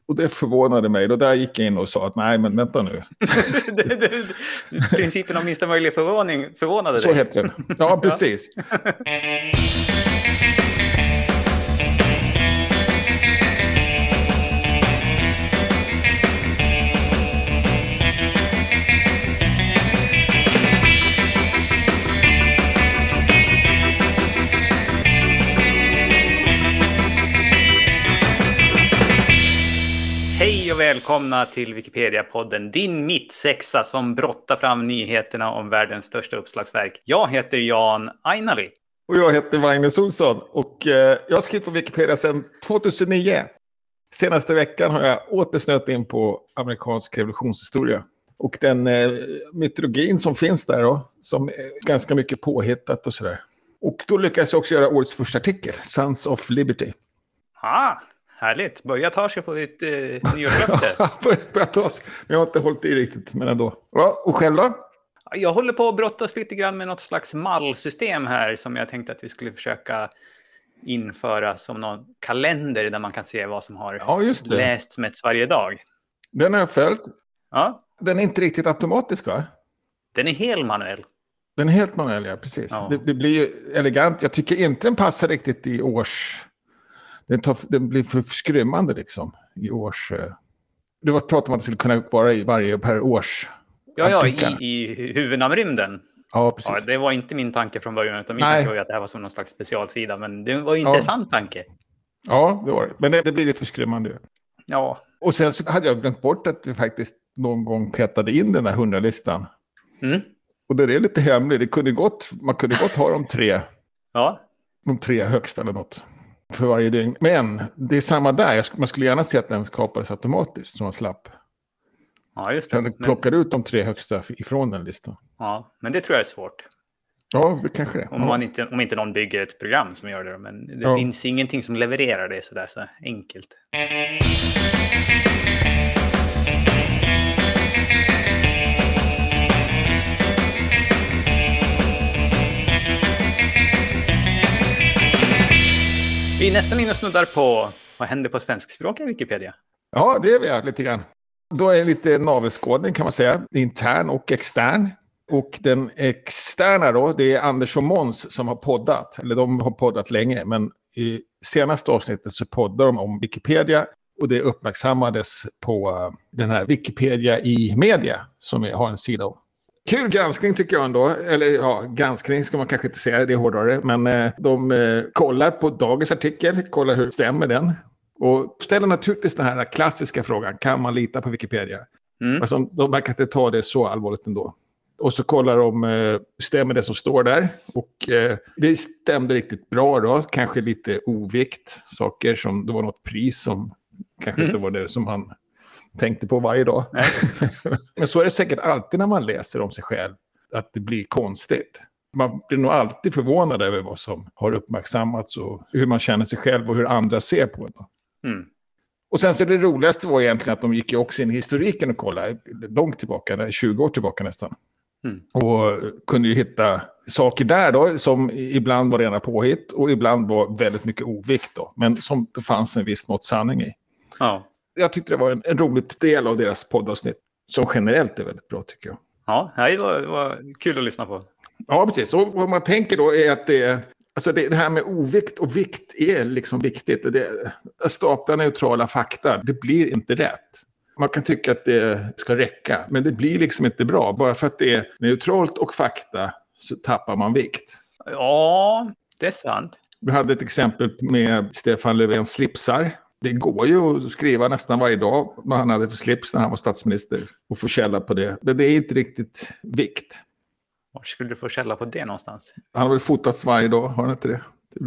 Och det förvånade mig. Då där gick jag in och sa att nej, men vänta nu. Principen om minsta möjliga förvåning förvånade dig. Så heter det. Ja, precis. Hej och välkomna till Wikipedia-podden, din mittsexa som brottar fram nyheterna om världens största uppslagsverk. Jag heter Jan Ainali. Och jag heter Magnus Olsson och jag har skrivit på Wikipedia sedan 2009. Senaste veckan har jag återsnöt in på amerikansk revolutionshistoria. Och den mytologin som finns där då, som är ganska mycket påhittat och sådär. Och då lyckades jag också göra årets första artikel, Sons of Liberty. Härligt. Börja ta sig på ditt nyårslöfte. Börja ta sig. Men jag har inte hållit i riktigt, men ändå. Ja, och själv då? Jag håller på att brottas lite grann med något slags mallsystem här som jag tänkte att vi skulle försöka införa som någon kalender där man kan se vad som har lästs med varje dag. Den har jag följt. Ja. Den är inte riktigt automatisk, va? Den är helt manuell. Den är helt manuell, ja, precis. Ja. Det blir ju elegant. Jag tycker inte den passar riktigt i års... Den blir för skrymmande liksom i års... Det var prat om att det skulle kunna vara i varje per års... Ja, i huvudnamnrymden. Ja, precis. Ja, det var inte min tanke från början, utan min tanke var att det här var som någon slags specialsida. Men det var en intressant tanke. Ja, det var det. Men det blir lite för skrymmande. Ja. Och sen så hade jag glömt bort att vi faktiskt någon gång petade in den här 100-listan. Mm. Och det är lite hemligt. Man kunde gott ha de tre. Ja. De tre högsta eller något. För varje dygn. Men det är samma där. Man skulle gärna se att den skapades automatiskt så man slapp. Ja, just det. Den plockade ut de tre högsta ifrån den listan. Ja, men det tror jag är svårt. Ja, det kanske det. Om inte någon bygger ett program som gör det. Men det finns ingenting som levererar det sådär så enkelt. Vi är nästan inne och snuddar på vad händer på svenskspråk i Wikipedia. Ja, det är vi lite grann. Då är det lite navelskådning kan man säga. Intern och extern. Och den externa då, det är Anders och Måns som har poddat. Eller de har poddat länge, men i senaste avsnittet så poddar de om Wikipedia. Och det uppmärksammades på den här Wikipedia i media som har en sida om. Kul granskning tycker jag ändå. Eller ja, granskning ska man kanske inte säga, det är hårdare. Men de kollar på dagens artikel, kollar hur stämmer den. Och ställer naturligtvis den här klassiska frågan, kan man lita på Wikipedia? Mm. Alltså, de verkar inte ta det så allvarligt ändå. Och så kollar de, stämmer det som står där? Och det stämde riktigt bra då. Kanske lite ovikt. Saker som, det var något pris som kanske inte var det som han tänkte på varje dag. Men så är det säkert alltid när man läser om sig själv. Att det blir konstigt. Man blir nog alltid förvånad över vad som har uppmärksammats. Och hur man känner sig själv och hur andra ser på det. Mm. Och sen så det roligaste var egentligen att de gick ju också in i historiken och kollade långt tillbaka, 20 år tillbaka nästan. Mm. Och kunde ju hitta saker där då som ibland var rena påhitt och ibland var väldigt mycket ovikt då. Men som det fanns en viss mått sanning i. Ja. Jag tyckte det var en rolig del av deras poddavsnitt som generellt är väldigt bra tycker jag. Ja, det var kul att lyssna på. Ja, precis. Och vad man tänker då är att det här med ovikt och vikt är liksom viktigt. Att stapla neutrala fakta, det blir inte rätt. Man kan tycka att det ska räcka, men det blir liksom inte bra. Bara för att det är neutralt och fakta så tappar man vikt. Ja, det är sant. Vi hade ett exempel med Stefan Löfvens slipsar. Det går ju att skriva nästan varje dag vad han hade för slips när han var statsminister och få källa på det. Men det är inte riktigt vikt. Var skulle du få källa på det någonstans? Han har väl fotats varje dag, har han inte det?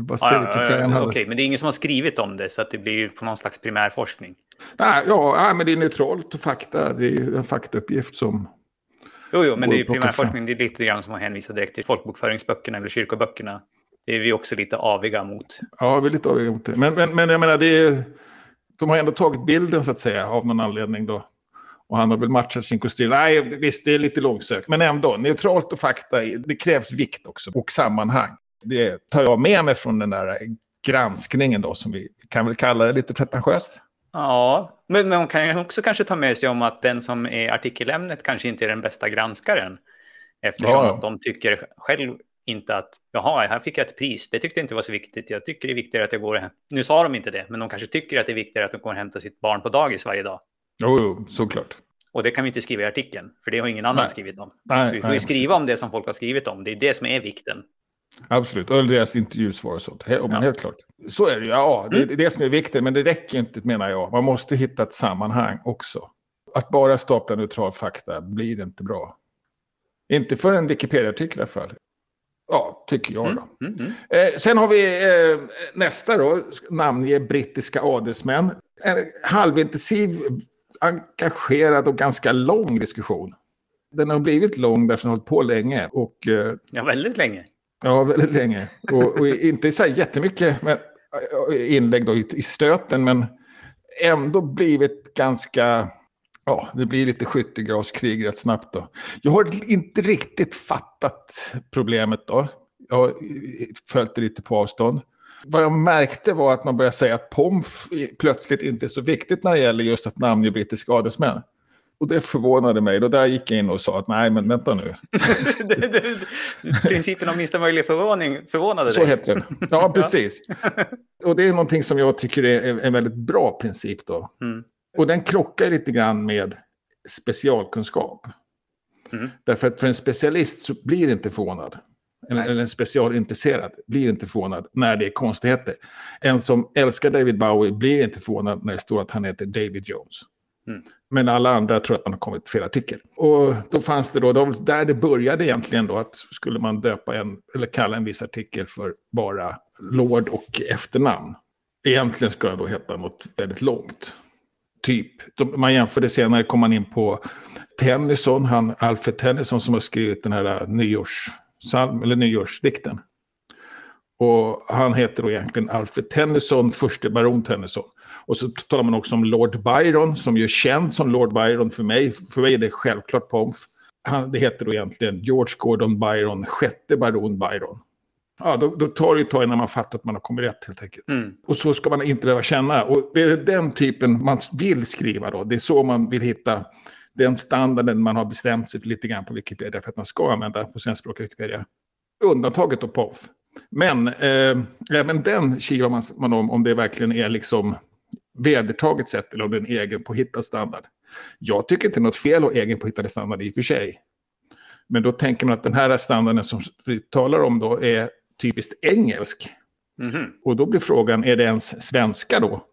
Okej, men det är ingen som har skrivit om det så att det blir ju på någon slags primärforskning. Nej, men det är neutralt och fakta. Det är en faktauppgift som... Jo, men det är primärforskning. Det är lite grann som att hänvisa direkt till folkbokföringsböckerna eller kyrkoböckerna. Det är vi också lite aviga mot. Ja, vi är lite aviga mot det. Men jag menar, det är... De har ändå tagit bilden så att säga av någon anledning då. Och han har väl matchat sin kostym. Nej, visst, det är lite långsökt. Men ändå, neutralt och fakta, det krävs vikt också. Och sammanhang. Det tar jag med mig från den där granskningen då. Som vi kan väl kalla det lite pretentiöst. Ja, men man kan ju också kanske ta med sig om att den som är artikelämnet kanske inte är den bästa granskaren. Eftersom att de tycker själv inte att, jaha, här fick jag ett pris. Det tyckte jag inte var så viktigt. Jag tycker det är viktigare att jag går hem. Nu sa de inte det, men de kanske tycker att det är viktigare att de går och hämtar sitt barn på dagis varje dag. Jo, såklart. Och det kan vi inte skriva i artikeln, för det har ingen annan skrivit om. Så vi får ju skriva om det som folk har skrivit om. Det är det som är vikten. Absolut, och deras intervjusvar och sånt. Helt klart. Så är det ju, ja. Det är det som är viktigt, men det räcker inte, menar jag. Man måste hitta ett sammanhang också. Att bara stapla neutral fakta blir inte bra. Inte för en Wikipedia-artikel i alla fall. Ja, tycker jag då. Sen har vi nästa då, namnge brittiska adelsmän. En halvintensiv, engagerad och ganska lång diskussion. Den har blivit lång därför den har hållit på länge. Och, ja, väldigt länge. Ja, väldigt länge. Och inte så här jättemycket inlägg då i stöten, men ändå blivit ganska... Ja, det blir lite skyttegravskrig rätt snabbt då. Jag har inte riktigt fattat problemet då. Jag har följt det lite på avstånd. Vad jag märkte var att man började säga att POMF plötsligt inte är så viktigt när det gäller just att namnge brittiska adelsmän. Och det förvånade mig. Då där gick jag in och sa att nej, men vänta nu. Principen om minsta möjliga förvåning förvånade dig. Så heter det. Ja, precis. Och det är någonting som jag tycker är en väldigt bra princip då. Och den krockar lite grann med specialkunskap. Därför att för en specialist så blir det inte förvånad. Eller en specialintresserad blir inte förvånad när det är konstigheter. En som älskar David Bowie blir inte förvånad när det står att han heter David Jones. Men alla andra tror att man har kommit fel artikel. Och då fanns det då där det började egentligen då, att skulle man döpa eller kalla en viss artikel för bara lord och efternamn. Egentligen ska den då heta något väldigt långt. Typ, man jämför det senare, kommer man in på Tennyson, Alfred Tennyson som har skrivit den här nyårsdikten. Och han heter då egentligen Alfred Tennyson, förste baron Tennyson. Och så talar man också om Lord Byron, som ju är känd som Lord Byron för mig. För mig är det självklart POMF. Det heter då egentligen George Gordon Byron, sjätte baron Byron. Ja, då tar det ett tag innan man fattar att man har kommit rätt helt enkelt. Och så ska man inte behöva känna. Och det är den typen man vill skriva då. Det är så man vill hitta den standarden man har bestämt sig för lite grann på Wikipedia för att man ska använda på svenskspråkiga Wikipedia. Undantaget då POMF. Men även den kivar man om det verkligen är liksom vedertaget sätt eller om det är en egen påhittad standard. Jag tycker inte något fel att egen påhittade standard i och för sig. Men då tänker man att den här standarden som vi talar om då är typiskt engelsk. Och då blir frågan, är det ens svenska då?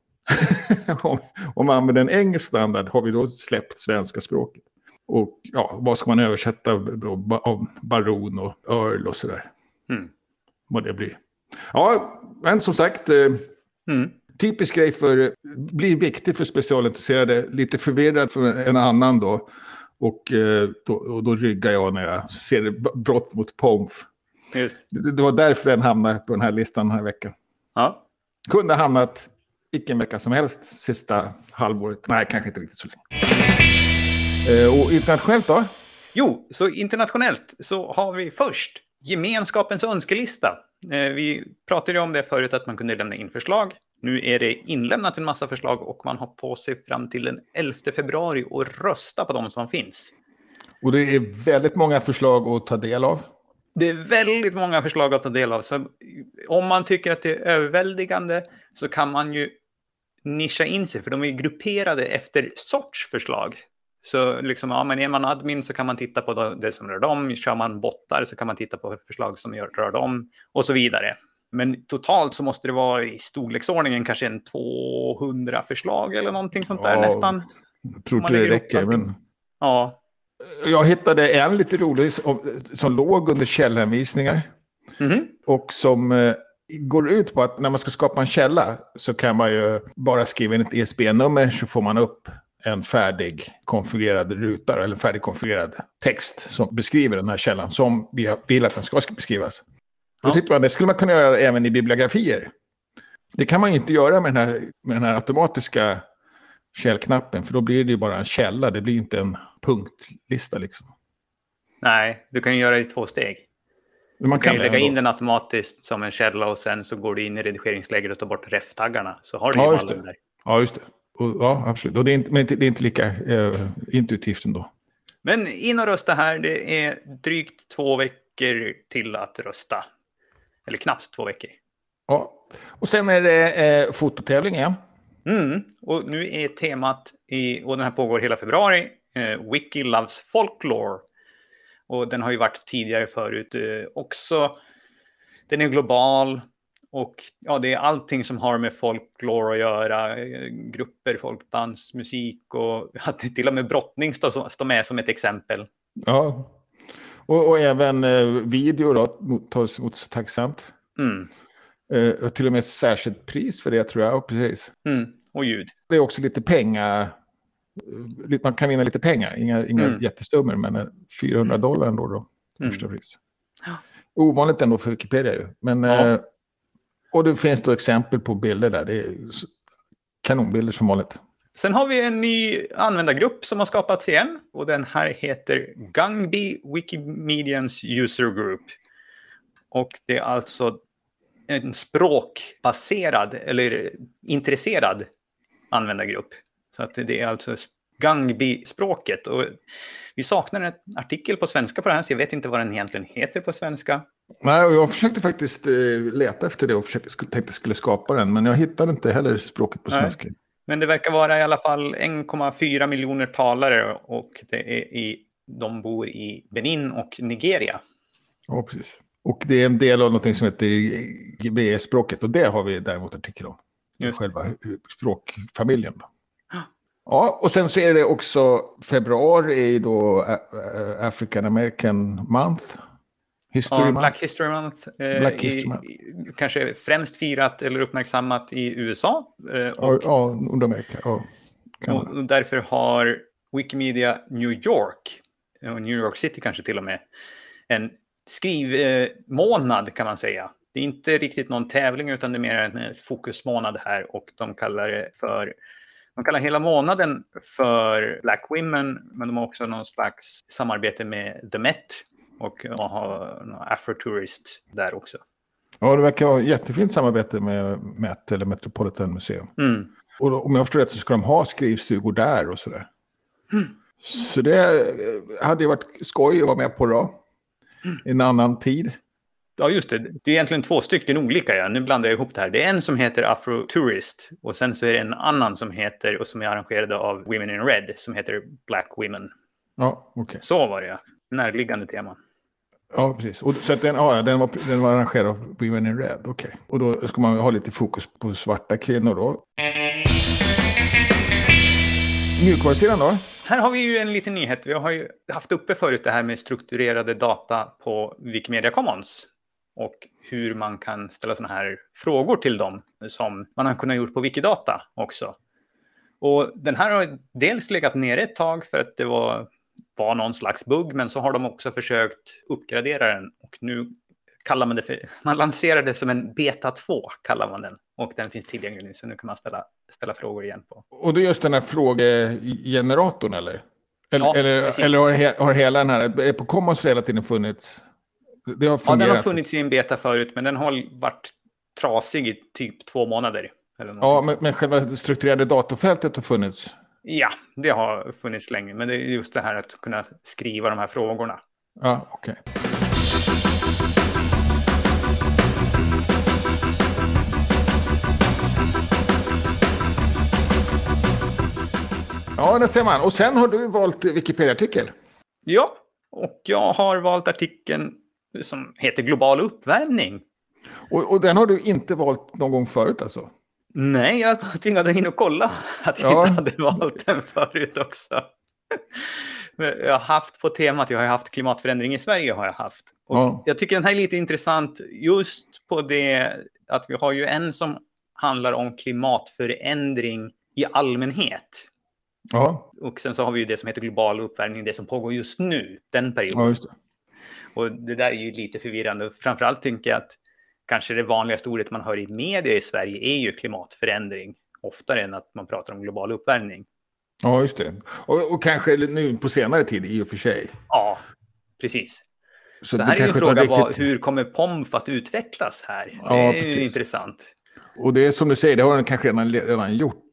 Om man använder en engelsk standard, har vi då släppt svenska språket? Och ja, vad ska man översätta av baron och earl och sådär? Vad det blir. Ja, men som sagt, typisk grej blir viktigt för specialintresserade, lite förvirrad för en annan då. Och då ryggar jag när jag ser brott mot POMF. Just. Det var därför den hamnade på den här listan den här veckan. Ja. Kunde ha hamnat vilken vecka som helst sista halvåret. Nej, kanske inte riktigt så länge. Och internationellt då? Jo, så internationellt så har vi först gemenskapens önskelista. Vi pratade ju om det förut att man kunde lämna in förslag. Nu är det inlämnat en massa förslag och man har på sig fram till den 11 februari och rösta på de som finns. Och det är väldigt många förslag att ta del av. Det är väldigt många förslag att ta del av. Så om man tycker att det är överväldigande så kan man ju nischa in sig. För de är grupperade efter sorts förslag. Så liksom, ja, men är man admin så kan man titta på det som rör dem. Kör man bottar så kan man titta på förslag som rör dem. Och så vidare. Men totalt så måste det vara i storleksordningen kanske en 200 förslag eller någonting sånt där nästan. Jag tror inte det räcker, men... Ja. Jag hittade en lite rolig som låg under källhänvisningar. Och som går ut på att när man ska skapa en källa så kan man ju bara skriva in ett ISBN-nummer så får man upp en färdig konfigurerad ruta eller färdig konfigurerad text som beskriver den här källan som vi vill att den ska beskrivas. Då tyckte man det skulle man kunna göra även i bibliografier. Det kan man ju inte göra med den här automatiska källknappen för då blir det ju bara en källa. Det blir inte en punktlista liksom. Nej, du kan ju göra det i 2 steg. Man kan ju lägga in den automatiskt som en källa och sen så går du in i redigeringsläget och tar bort ref-taggarna. Så har du ju vallen där. Ja, just det. Ja, absolut. Och det är inte lika intuitivt ändå. Men in och rösta här. Det är drygt 2 veckor till att rösta. Eller knappt 2 veckor. Ja, och sen är det fototävling igen. Och nu är temat, och den här pågår hela februari, Wiki Loves Folklore. Och den har ju varit tidigare förut också. Den är global. Och ja, det är allting som har med folklore att göra. Grupper, folkdans, musik och att till och med brottning står med som ett exempel. Ja, och även video då tas emot tacksamt. Och till och med särskilt pris för det, tror jag. Precis. Och ljud. Det är också lite pengar. Man kan vinna lite pengar. Inga jättestummor, men $400 ändå då. Första pris. Ovanligt ändå för Wikipedia ju. Men, och det finns då exempel på bilder där. Det är kanonbilder som vanligt. Sen har vi en ny användargrupp som har skapats igen. Och den här heter Gangby Wikimedians User Group. Och det är alltså en språkbaserad eller intresserad användargrupp. Så att det är alltså Gangby-språket. Och vi saknar en artikel på svenska på det här, så jag vet inte vad den egentligen heter på svenska. Nej, och jag försökte faktiskt leta efter det och tänkte skulle skapa den, men jag hittade inte heller språket på svenska. Men det verkar vara i alla fall 1,4 miljoner talare och de bor i Benin och Nigeria. Ja, precis. Och det är en del av något som heter GB-språket, och det har vi däremot artikel om. Själva språkfamiljen då. Ja, och sen så är det också februari är då African American Month. Black History Month. Kanske främst firat eller uppmärksammat i USA. Nordamerika. Och därför har Wikimedia New York, och New York City kanske till och med, en skrivmånad kan man säga. Det är inte riktigt någon tävling utan det är mer en fokusmånad här, och de kallar hela månaden för Black Women, men de har också någon slags samarbete med The Met och har Afrotourist där också. Ja, det verkar vara jättefint samarbete med Met eller Metropolitan Museum. Och om jag förstår rätt så ska de ha skrivstugor där och sådär. Så det hade ju varit skoj att vara med på då. I en annan tid. Ja, just det. Det är egentligen 2 stycken olika. Ja. Nu blandar jag ihop det här. Det är en som heter Afrotourist. Och sen så är det en annan som heter, och som är arrangerad av Women in Red, som heter Black Women. Ja, okej. Så var det, ja. Närliggande tema. Ja, precis. Och, så att den var arrangerad av Women in Red, okej. Och då ska man ha lite fokus på svarta kvinnor då. Mjukvarusidan då? Här har vi ju en liten nyhet. Vi har ju haft uppe förut det här med strukturerade data på Wikimedia Commons. Och hur man kan ställa såna här frågor till dem som man har kunnat gjort på Wikidata också. Och den här har dels legat nere ett tag för att det var någon slags bugg, men så har de också försökt uppgradera den. Och nu kallar man det man lanserar det som en beta 2 kallar man den. Och den finns tillgänglig, så nu kan man ställa frågor igen på. Och det är just den här frågegeneratorn eller? Ja, eller har hela den här, på Commons hela tiden funnits? Det har fungerat. Ja, den har funnits i en beta förut, men den har varit trasig i typ 2 månader. Ja, men själva det strukturerade datorfältet har funnits? Ja, det har funnits länge, men det är just det här att kunna skriva de här frågorna. Ja, okej. Ja, det ser man. Och sen har du valt Wikipedia-artikel. Ja, och jag har valt artikeln som heter Global uppvärmning. Och den har du inte valt någon gång förut alltså? Nej, jag tvingade in och kolla att jag inte hade valt den förut också. Jag har haft på temat, jag har haft klimatförändring i Sverige har jag haft. Och jag tycker den här är lite intressant just på det att vi har ju en som handlar om klimatförändring i allmänhet. Ja. Och sen så har vi ju det som heter global uppvärmning, det som pågår just nu, den perioden. Ja, just det. Och det där är ju lite förvirrande. Framförallt tänker jag att kanske det vanligaste ordet man hör i media i Sverige är ju klimatförändring. Oftare än att man pratar om global uppvärmning. Ja, just det. Och kanske nu på senare tid i och för sig. Ja, precis. Så det här är ju en fråga, hur kommer POMF att utvecklas här? Det är ju intressant. Och det är som du säger, det har den kanske redan gjort då.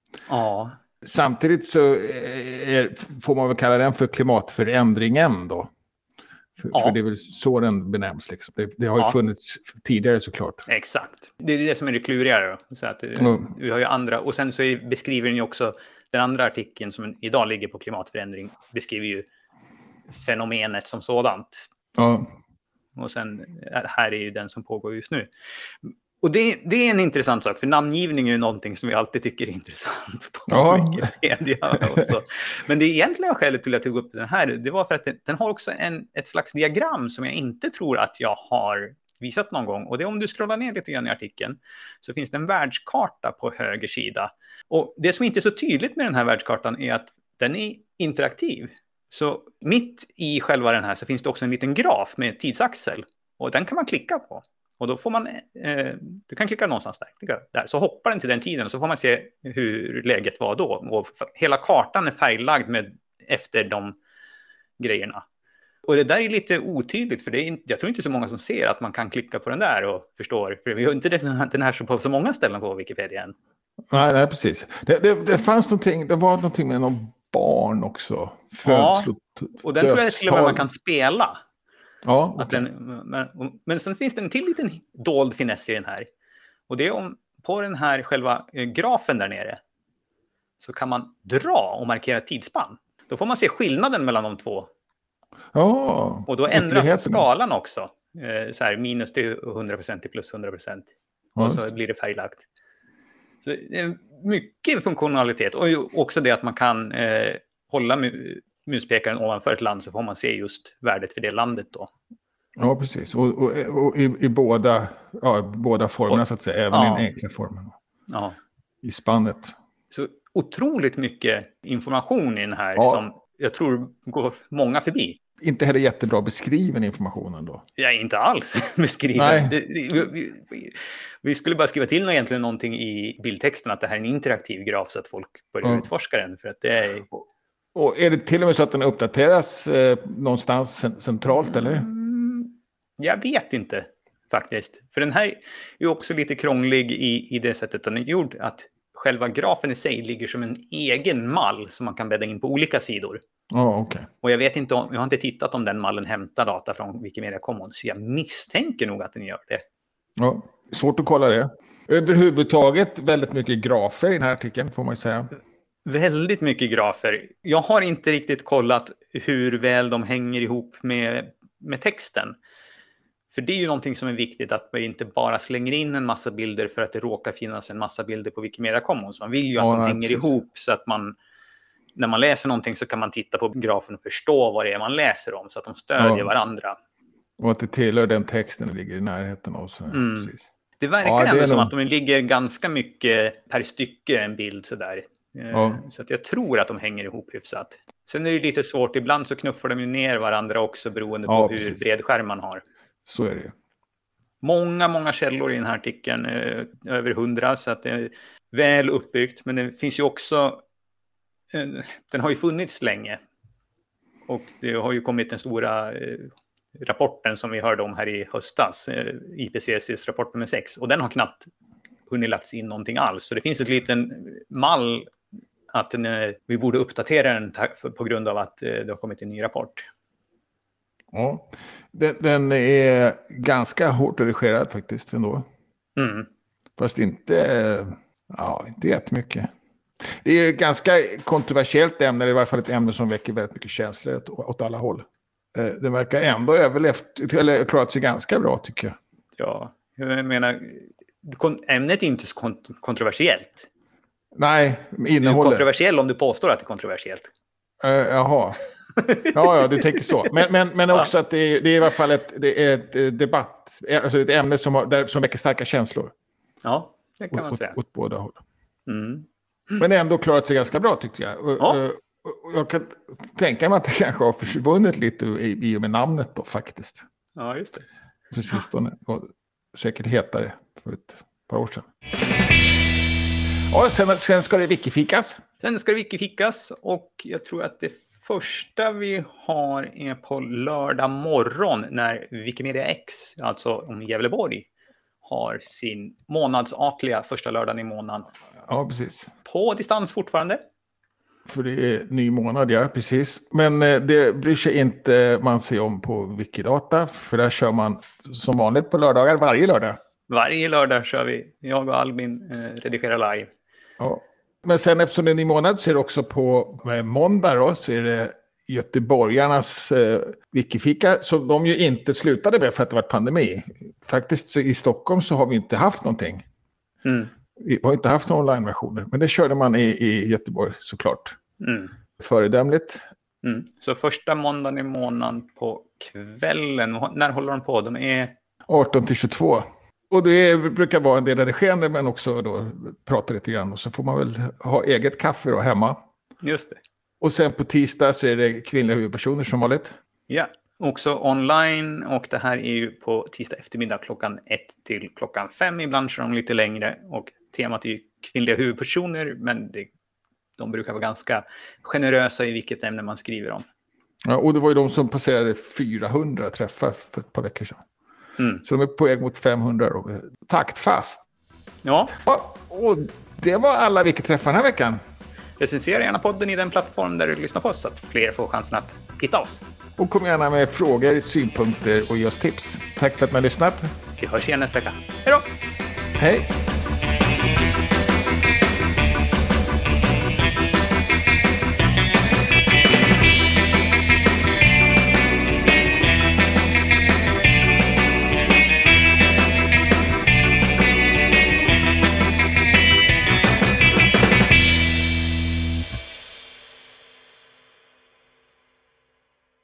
Ja. Samtidigt så får man väl kalla den för klimatförändringen då. För det är väl så den benämns. Liksom. Det har ju funnits tidigare såklart. Exakt. Det är det som är det klurigare. Då. Så att, vi har ju andra, och sen så beskriver den ju också, den andra artikeln som idag ligger på klimatförändring beskriver ju fenomenet som sådant. Ja. Och sen här är ju den som pågår just nu. Och det är en intressant sak, för namngivning är ju någonting som vi alltid tycker är intressant på Wikipedia. Också. Men det egentliga skälet till att jag tog upp den här, det var för att den har också ett slags diagram som jag inte tror att jag har visat någon gång. Och det är om du scrollar ner lite grann i artikeln så finns det en världskarta på höger sida. Och det som inte är så tydligt med den här världskartan är att den är interaktiv. Så mitt i själva den här så finns det också en liten graf med tidsaxel. Och den kan man klicka på. Och då får man, du kan klicka någonstans där. Så hoppar den till den tiden och så får man se hur läget var då. Och hela kartan är färglagd efter de grejerna. Och det där är lite otydligt, för jag tror inte så många som ser att man kan klicka på den där och förstår. För vi har inte den här på så många ställen på Wikipedia än. Nej, precis. Det fanns någonting, det var någonting med någon barn också. Och den tror jag till och med man kan spela. Ja, okay. Men sen finns det en till liten dold finess i den här. Och det är på den här själva grafen där nere så kan man dra och markera tidsspann. Då får man se skillnaden mellan de två. Ja. Och då ändras skalan också. Så här, minus till 100% till plus 100%. Och så blir det färglagt. Så det är mycket funktionalitet. Och också det att man kan hålla muspekaren ovanför ett land så får man se just värdet för det landet då. Ja, precis. Och i båda formerna så att säga. Även i den enkla formen. Ja. I spannet. Så otroligt mycket information i den här som jag tror går många förbi. Inte heller jättebra beskriven informationen då. Ja, inte alls beskriven. Vi skulle bara skriva till egentligen någonting i bildtexten att det här är en interaktiv graf så att folk börjar utforska den. För att det är... Och är det till och med så att den uppdateras någonstans centralt, eller? Jag vet inte, faktiskt. För den här är också lite krånglig i det sättet den är gjord. Att själva grafen i sig ligger som en egen mall som man kan bädda in på olika sidor. Okay. Och jag vet inte jag har inte tittat om den mallen hämtar data från Wikimedia Commons. Så jag misstänker nog att den gör det. Ja, svårt att kolla det. Överhuvudtaget väldigt mycket grafer i den här artikeln, får man ju säga. Väldigt mycket grafer. Jag har inte riktigt kollat hur väl de hänger ihop med texten. För det är ju någonting som är viktigt, att man inte bara slänger in en massa bilder för att det råkar finnas en massa bilder på Wikimedia Commons. Man vill ju att de hänger ihop så att när man läser någonting så kan man titta på grafen och förstå vad det är man läser om så att de stödjer varandra. Och att det tillhör den texten ligger i närheten av. Precis. Det verkar ändå som att de ligger ganska mycket per stycke en bild sådär. Så att jag tror att de hänger ihop hyfsat. Sen är det lite svårt, ibland så knuffar de ju ner varandra också beroende på hur bred skärm man har. Så är det. Många källor i den här artikeln, över 100, så att det är väl uppbyggt. Men det finns ju också, den har ju funnits länge. Och det har ju kommit den stora rapporten som vi hörde om här i höstas, IPCCs rapport nummer 6. Och den har knappt hunnit lagts in någonting alls. Så det finns ett liten mall att vi borde uppdatera den på grund av att det har kommit en ny rapport. Ja, den är ganska hårt redigerad faktiskt ändå. Fast inte jättemycket. Det är ett ganska kontroversiellt ämne, eller i varje fall ett ämne som väcker väldigt mycket känslor åt alla håll. Det verkar ändå eller klarat sig ganska bra, tycker jag. Ja, jag menar, ämnet är inte så kontroversiellt. Nej, innehållet. Det är kontroversiellt om du påstår att det är kontroversiellt. Jaha. Ja, du tänker så. Men också att det är i alla fall ett debatt, alltså ett ämne som väcker starka känslor. Ja, det kan man säga. Åt båda håll. Men ändå klarat sig ganska bra, tyckte jag. Och jag kan tänka mig att det kanske har försvunnit lite i och med namnet då, faktiskt. Ja, just det. Precis då, och säkert hetare för ett par år sedan. Ja, sen ska det wikifikas. Sen ska det wikifikas, och jag tror att det första vi har är på lördag morgon när Wikimedia X, alltså om Gävleborg, har sin månadsartliga första lördagen i månaden. Ja, precis. På distans fortfarande. För det är ny månad, ja, precis. Men det bryr sig inte man sig om på Wikidata. För där kör man som vanligt på lördagar varje lördag. Varje lördag kör vi. Jag och Albin redigerar live. Ja. Men sen eftersom det är ny månad så är det också på måndag då, så är det göteborgarnas wikifika som de ju inte slutade med för att det var pandemi. Faktiskt så i Stockholm så har vi inte haft någonting. Vi har inte haft några online-versioner, men det körde man i Göteborg såklart. Föredömligt. Så första måndagen i månaden på kvällen, när håller de på? De är 18-22. Och det brukar vara en del redigerande men också då prata lite grann. Och så får man väl ha eget kaffe då hemma. Just det. Och sen på tisdag så är det kvinnliga huvudpersoner som vanligt. Ja, också online. Och det här är ju på tisdag eftermiddag klockan 1 till klockan 5. Ibland kör de lite längre. Och temat är ju kvinnliga huvudpersoner. Men de brukar vara ganska generösa i vilket ämne man skriver om. Ja, och det var ju de som passerade 400 träffar för ett par veckor sedan. Så de är på väg mot 500 då. Taktfast. Ja. Och det var alla vilka träffar den här veckan. Recensera gärna podden i den plattform där du lyssnar på oss så att fler får chansen att hitta oss. Och kom gärna med frågor, synpunkter och ge oss tips. Tack för att ni har lyssnat. Vi hörs igen nästa vecka. Hej då! Hej!